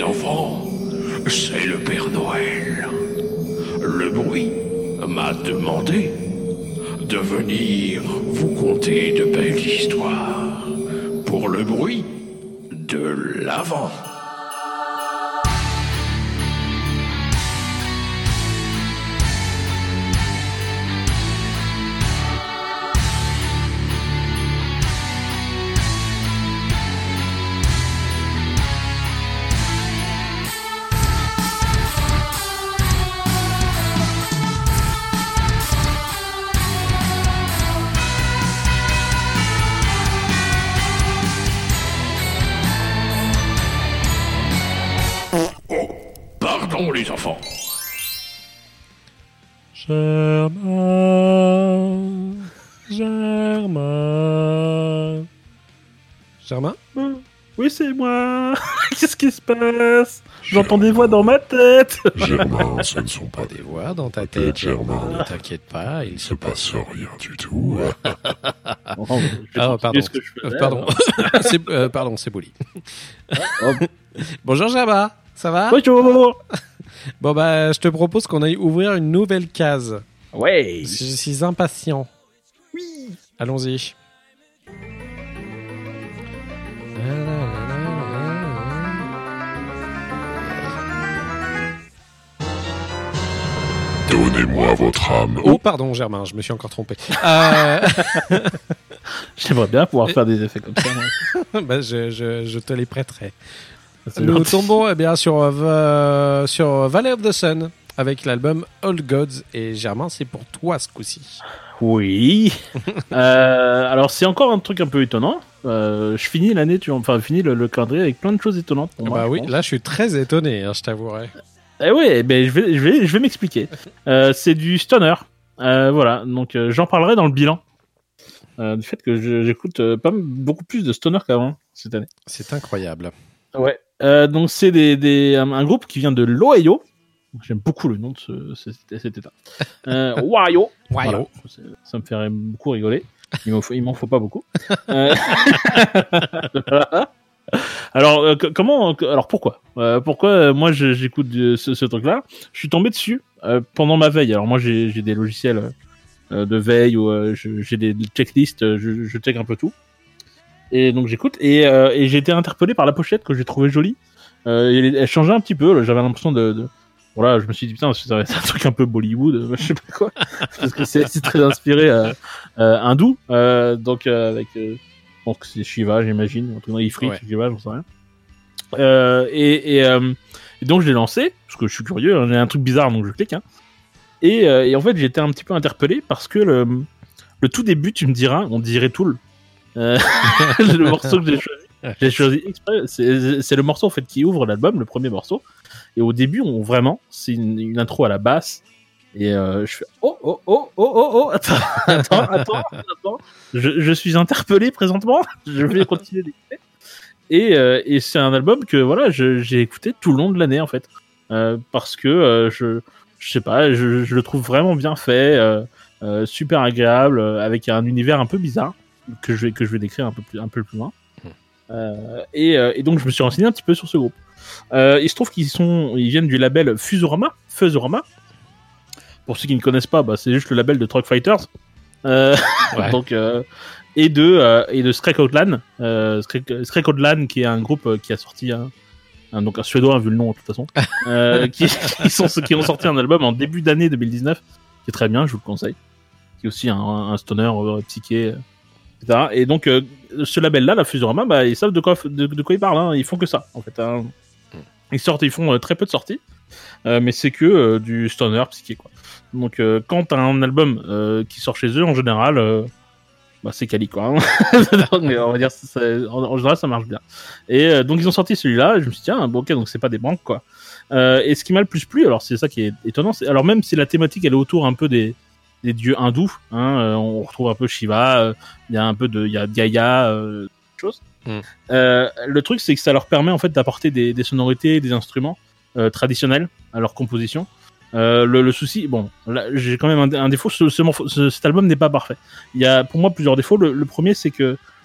enfants, c'est le Père Noël. Le bruit m'a demandé de venir vous conter de belles histoires pour le bruit de l'Avent. Pardon les enfants. Germain. Oui, c'est moi. Qu'est-ce qui se passe? J'entends des voix dans ma tête. Germain, ce ne sont pas Des voix dans ta tête, Germain. Ne t'inquiète pas, il se passe rien du tout. Ah, pardon. Ce que je faisais, Pardon. Pardon, c'est Bouli. Bonjour Germain, ça va? Bonjour. Bon bah, je te propose qu'on aille ouvrir une nouvelle case. Ouais. Je suis impatient. Oui. Allons-y. Donnez-moi votre âme. Oh, pardon Germain, je me suis encore trompé. J'aimerais bien pouvoir faire des effets comme ça. Bah, je te les prêterai. C'est Nous gentil. tombons bien sur Valley of the Sun avec l'album Old Gods et Germain, c'est pour toi ce coup-ci. Oui. Alors c'est encore un truc un peu étonnant. Je finis l'année, finis le calendrier avec plein de choses étonnantes pour moi. Bah je oui, pense. là je suis très étonné, je t'avouerai. Eh ouais, ben je vais m'expliquer. C'est du stoner. Voilà, donc j'en parlerai dans le bilan. Du fait que j'écoute beaucoup plus de stoner qu'avant cette année. C'est incroyable. Ouais. Donc c'est un groupe qui vient de l'Ohio. J'aime beaucoup le nom de cet état. Ohio. Voilà. Ça me ferait beaucoup rigoler. Il m'en faut pas beaucoup. Voilà. Alors pourquoi moi j'écoute ce truc-là? Je suis tombé dessus pendant ma veille. Alors moi j'ai des logiciels de veille où j'ai des checklists, je check un peu tout. Et donc j'écoute et j'ai été interpellé par la pochette que j'ai trouvée jolie. Elle changeait un petit peu. Là, j'avais l'impression de voilà, je me suis dit putain, c'est un truc un peu Bollywood, je sais pas quoi, parce que c'est très inspiré hindou, donc avec je pense que c'est Shiva, j'imagine, en tout cas Ifrit, Ouais. Shiva, j'en sais rien. Et donc je l'ai lancé parce que je suis curieux, hein, j'ai un truc bizarre donc je clique. Hein. Et en fait j'étais un petit peu interpellé parce que le tout début, tu me diras, on dirait Tool. Le morceau que j'ai choisi exprès, c'est le morceau en fait qui ouvre l'album, le premier morceau. Et au début, c'est une intro à la basse. Et je fais oh, attends. Je suis interpellé présentement. Je vais continuer d'écouter. Et c'est un album que voilà, j'ai écouté tout le long de l'année en fait, parce que je sais pas, je le trouve vraiment bien fait, super agréable, avec un univers un peu bizarre que je vais décrire un peu plus loin. Et donc je me suis renseigné un petit peu sur ce groupe. Il se trouve ils viennent du label Fusorama. Pour ceux qui ne connaissent pas, c'est juste le label de Truck Fighters. Ouais. Donc et de Skrekoutlan, Skrekoutlan qui est un groupe qui a sorti donc un suédois vu le nom de toute façon, qui ont sorti un album en début d'année 2019 qui est très bien, je vous le conseille, qui est aussi un stoner psyché, etc. Et donc ce label-là, la Fusorama, ils savent de quoi ils parlent. Hein. Ils font que ça en fait. Hein. Ils font très peu de sorties, mais c'est que du stoner psyché quoi. Donc quand t'as un album qui sort chez eux, en général, c'est quali quoi. Hein. Donc, on va dire en général ça marche bien. Et donc ils ont sorti celui-là. Et je me suis dit tiens, ok, donc c'est pas des banques quoi. Et ce qui m'a le plus plu, alors c'est ça qui est étonnant, alors même si la thématique elle est autour un peu des dieux hindous, hein, on retrouve un peu Shiva, il y a Gaïa, choses. Le truc c'est que ça leur permet en fait d'apporter des sonorités, des instruments traditionnels à leur composition. Le souci, bon, là, j'ai quand même un défaut. Cet album n'est pas parfait. Il y a pour moi plusieurs défauts. Le premier, c'est que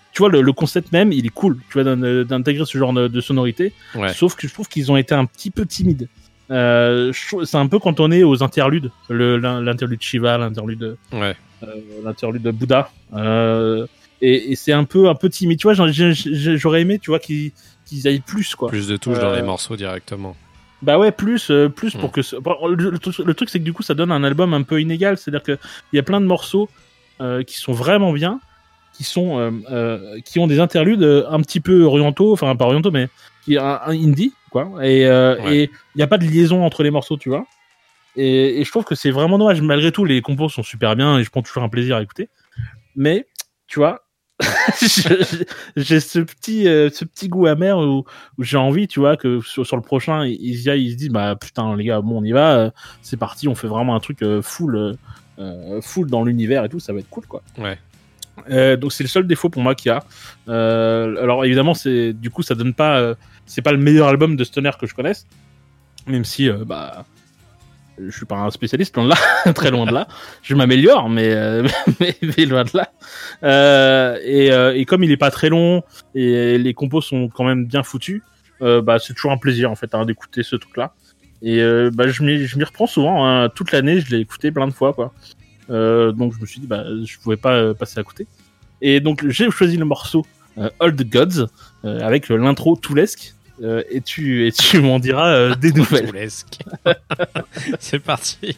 tu vois, le concept même, il est cool, tu vois, d'intégrer ce genre de sonorité. Ouais. Sauf que je trouve qu'ils ont été un petit peu timides. C'est un peu quand on est aux interludes, l'interlude Shiva, Ouais. l'interlude de Bouddha. Et c'est un peu timide. Tu vois, j'aurais aimé, tu vois, qu'ils aillent plus, quoi. Plus de touches dans les morceaux directement. Bah ouais, plus pour que le truc c'est que du coup ça donne un album un peu inégal, c'est-à-dire que il y a plein de morceaux qui sont vraiment bien, qui ont des interludes un petit peu orientaux, enfin pas orientaux mais qui un indie quoi, et il y a pas de liaison entre les morceaux, tu vois. Et je trouve que c'est vraiment dommage. Malgré tout, les compos sont super bien et je prends toujours un plaisir à écouter. Mais tu vois, j'ai ce petit goût amer où j'ai envie, tu vois, que sur le prochain ils y aillent, ils se disent bah putain les gars, bon on y va, c'est parti, on fait vraiment un truc full dans l'univers et tout, ça va être cool quoi. Ouais. Donc c'est le seul défaut pour moi qu'il y a. Alors évidemment c'est du coup ça donne pas, c'est pas le meilleur album de stoner que je connaisse, même si bah je suis pas un spécialiste, loin de là, très loin de là. Je m'améliore, mais loin de là. Et comme il est pas très long et les compos sont quand même bien foutus, bah c'est toujours un plaisir en fait d'écouter ce truc-là. Et bah je m'y reprends souvent. Hein. Toute l'année, je l'ai écouté plein de fois, quoi. Donc je me suis dit bah je pouvais pas passer à côté. Et donc j'ai choisi le morceau Old Gods avec l'intro toulesque. Et tu m'en diras des nouvelles. Toulesque. C'est parti.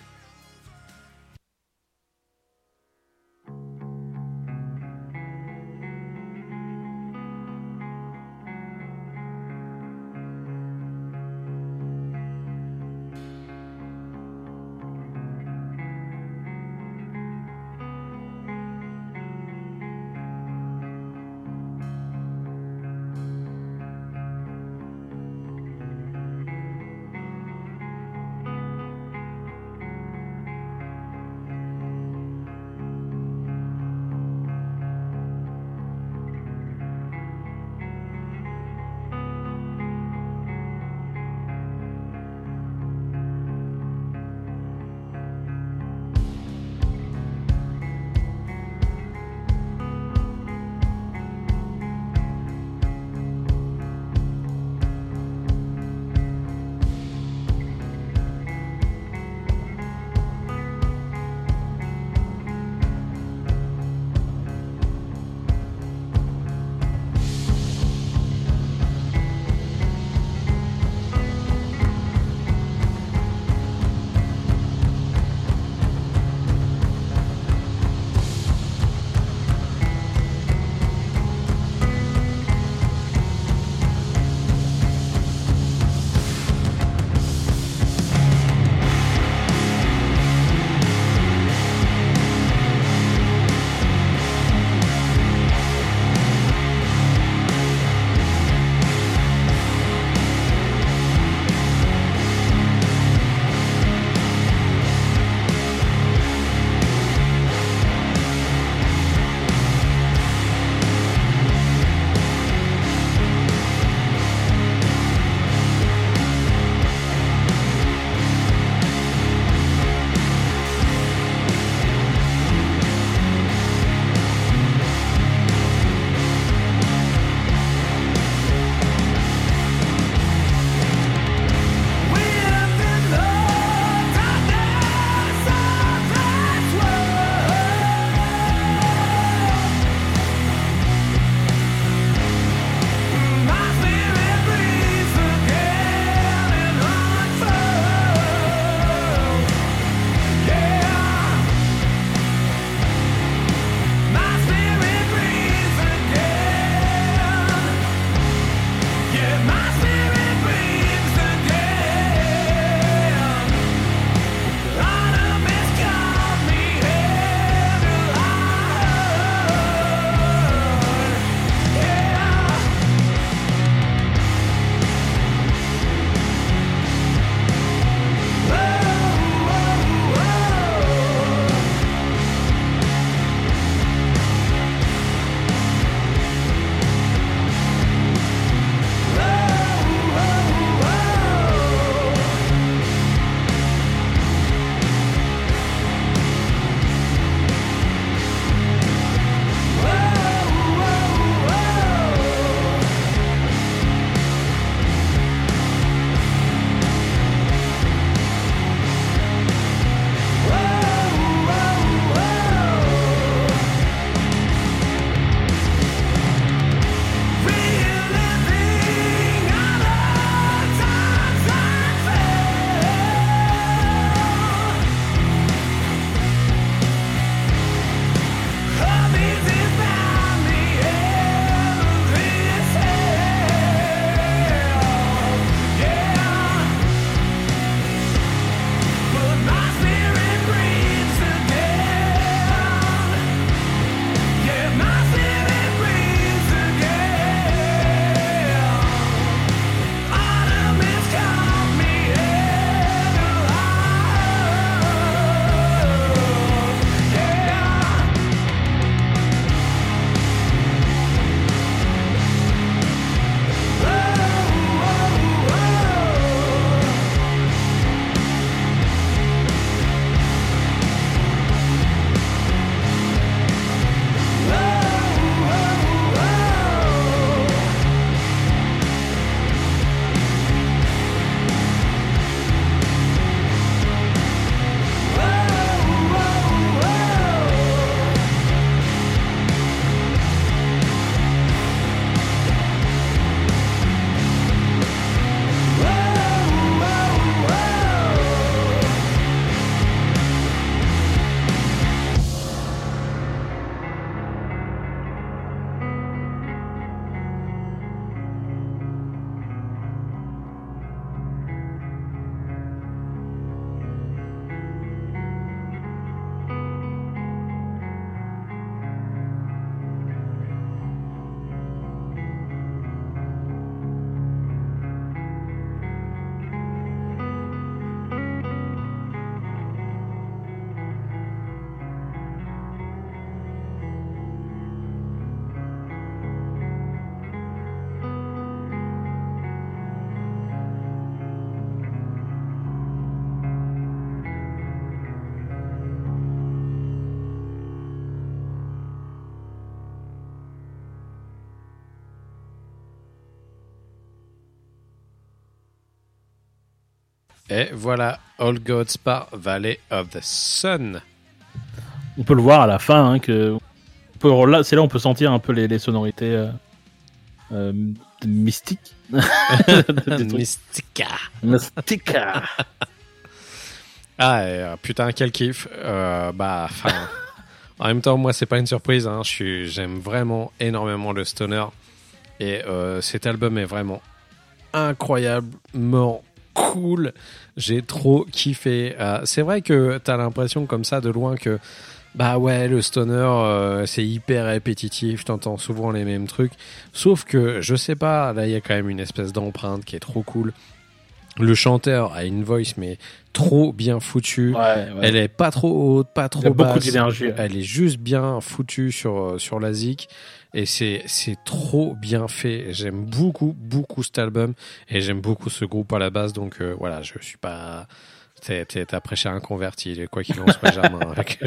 Et voilà, All Gods par Valley of the Sun. On peut le voir à la fin, hein, que là, c'est là où on peut sentir un peu les sonorités mystiques. Mystica. Mystica. Ah, putain, quel kiff. En même temps, moi, c'est pas une surprise. Hein. J'aime vraiment énormément le stoner. Et cet album est vraiment incroyablement cool. J'ai trop kiffé. C'est vrai que t'as l'impression comme ça de loin que bah ouais, le stoner c'est hyper répétitif, t'entends souvent les mêmes trucs. Sauf que je sais pas, là il y a quand même une espèce d'empreinte qui est trop cool. Le chanteur a une voice mais trop bien foutue. Ouais. Elle est pas trop haute, pas trop basse. Beaucoup d'énergie. Ouais. Elle est juste bien foutue sur la zik. Et c'est trop bien fait. J'aime beaucoup cet album. Et j'aime beaucoup ce groupe à la base. Donc voilà, je suis pas... T'as prêché à un converti, quoi qu'il en soit, Germain.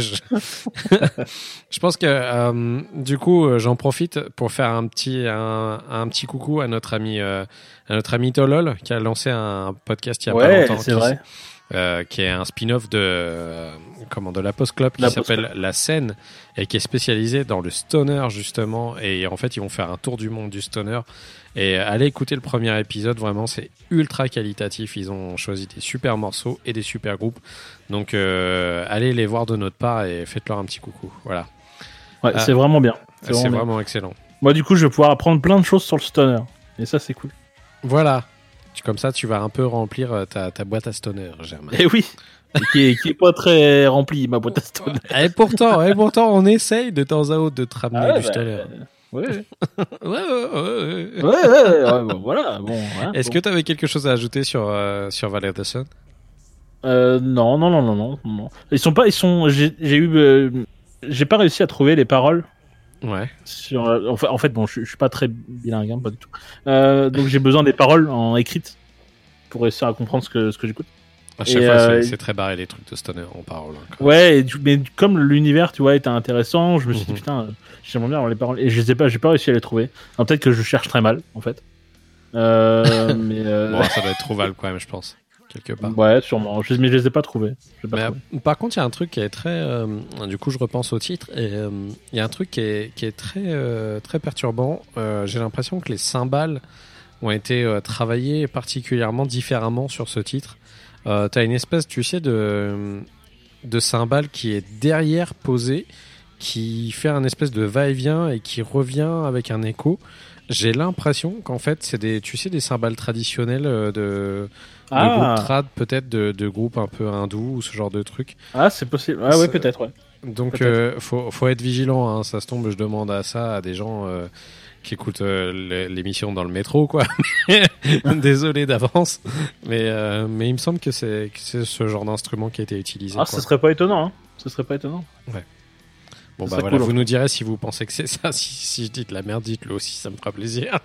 Je pense que du coup, j'en profite pour faire un petit coucou à notre ami Tolol, qui a lancé un podcast il y a pas longtemps. C'est vrai. Qui est un spin-off de la Post Club qui s'appelle La Scène et qui est spécialisé dans le stoner justement, et en fait ils vont faire un tour du monde du stoner, et allez écouter le premier épisode, vraiment c'est ultra qualitatif, ils ont choisi des super morceaux et des super groupes, donc allez les voir de notre part et faites-leur un petit coucou, voilà. Ouais, c'est vraiment bien. C'est vraiment excellent. Moi du coup je vais pouvoir apprendre plein de choses sur le stoner, et ça c'est cool. Voilà. Comme ça, tu vas un peu remplir ta boîte à stoner, Germain. Et oui, qui est pas très remplie, ma boîte à stoner. Et pourtant, on essaye de temps à autre de te ramener du stoner. Ouais. Ouais, voilà. Bon. Hein, Est-ce que tu avais quelque chose à ajouter sur Valley of the Sun? Non. J'ai pas réussi à trouver les paroles. Ouais. En fait, bon, je suis pas très bilingue, hein, pas du tout. Donc j'ai besoin des paroles en écrite pour réussir à comprendre ce que j'écoute. À chaque fois, c'est très barré les trucs de stoner en paroles. Hein, ouais, mais comme l'univers, tu vois, était intéressant, je me suis dit putain, j'aimerais bien avoir les paroles. Et je sais pas, j'ai pas réussi à les trouver. Alors, peut-être que je cherche très mal, en fait. Bon, ça doit être trouvable quand même, je pense. Quelque part. Ouais, sûrement. Mais je les ai pas trouvés. Par contre, il y a un truc qui est très... du coup, je repense au titre. Et il y a un truc qui est très perturbant. J'ai l'impression que les cymbales ont été travaillées particulièrement différemment sur ce titre. T'as une espèce, tu sais, de cymbale qui est derrière posée, qui fait un espèce de va-et-vient et qui revient avec un écho. J'ai l'impression qu'en fait, c'est des cymbales traditionnelles de groupes trad, peut-être de groupes un peu hindous ou ce genre de trucs. Ah, c'est possible. Ah ouais, peut-être, ouais. Donc, faut être vigilant. Hein. Ça se tombe, je demande ça à des gens qui écoutent l'émission dans le métro, quoi. Désolé d'avance, mais il me semble que c'est ce genre d'instrument qui a été utilisé. Ah, ce serait pas étonnant. Hein. Ce serait pas étonnant. Ouais. Bon bah voilà, cool, vous nous direz si vous pensez que c'est ça. Si je dis de la merde, dites-le aussi, ça me fera plaisir.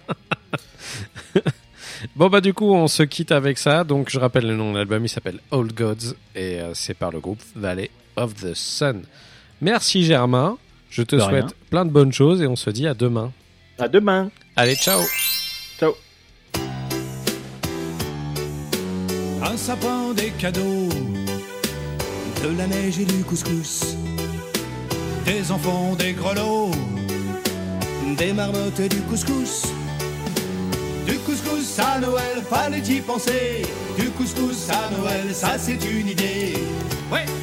Bon bah du coup, on se quitte avec ça. Donc je rappelle le nom de l'album, il s'appelle All Gods et c'est par le groupe Valley of the Sun. Merci Germain, je te souhaite plein de bonnes choses et on se dit à demain. À demain. Allez, ciao. Ciao. Un sapin, des cadeaux, de la neige et du couscous. Des enfants, des grelots, des marmottes et du couscous. Du couscous à Noël, fallait y penser. Du couscous à Noël, ça c'est une idée. Ouais.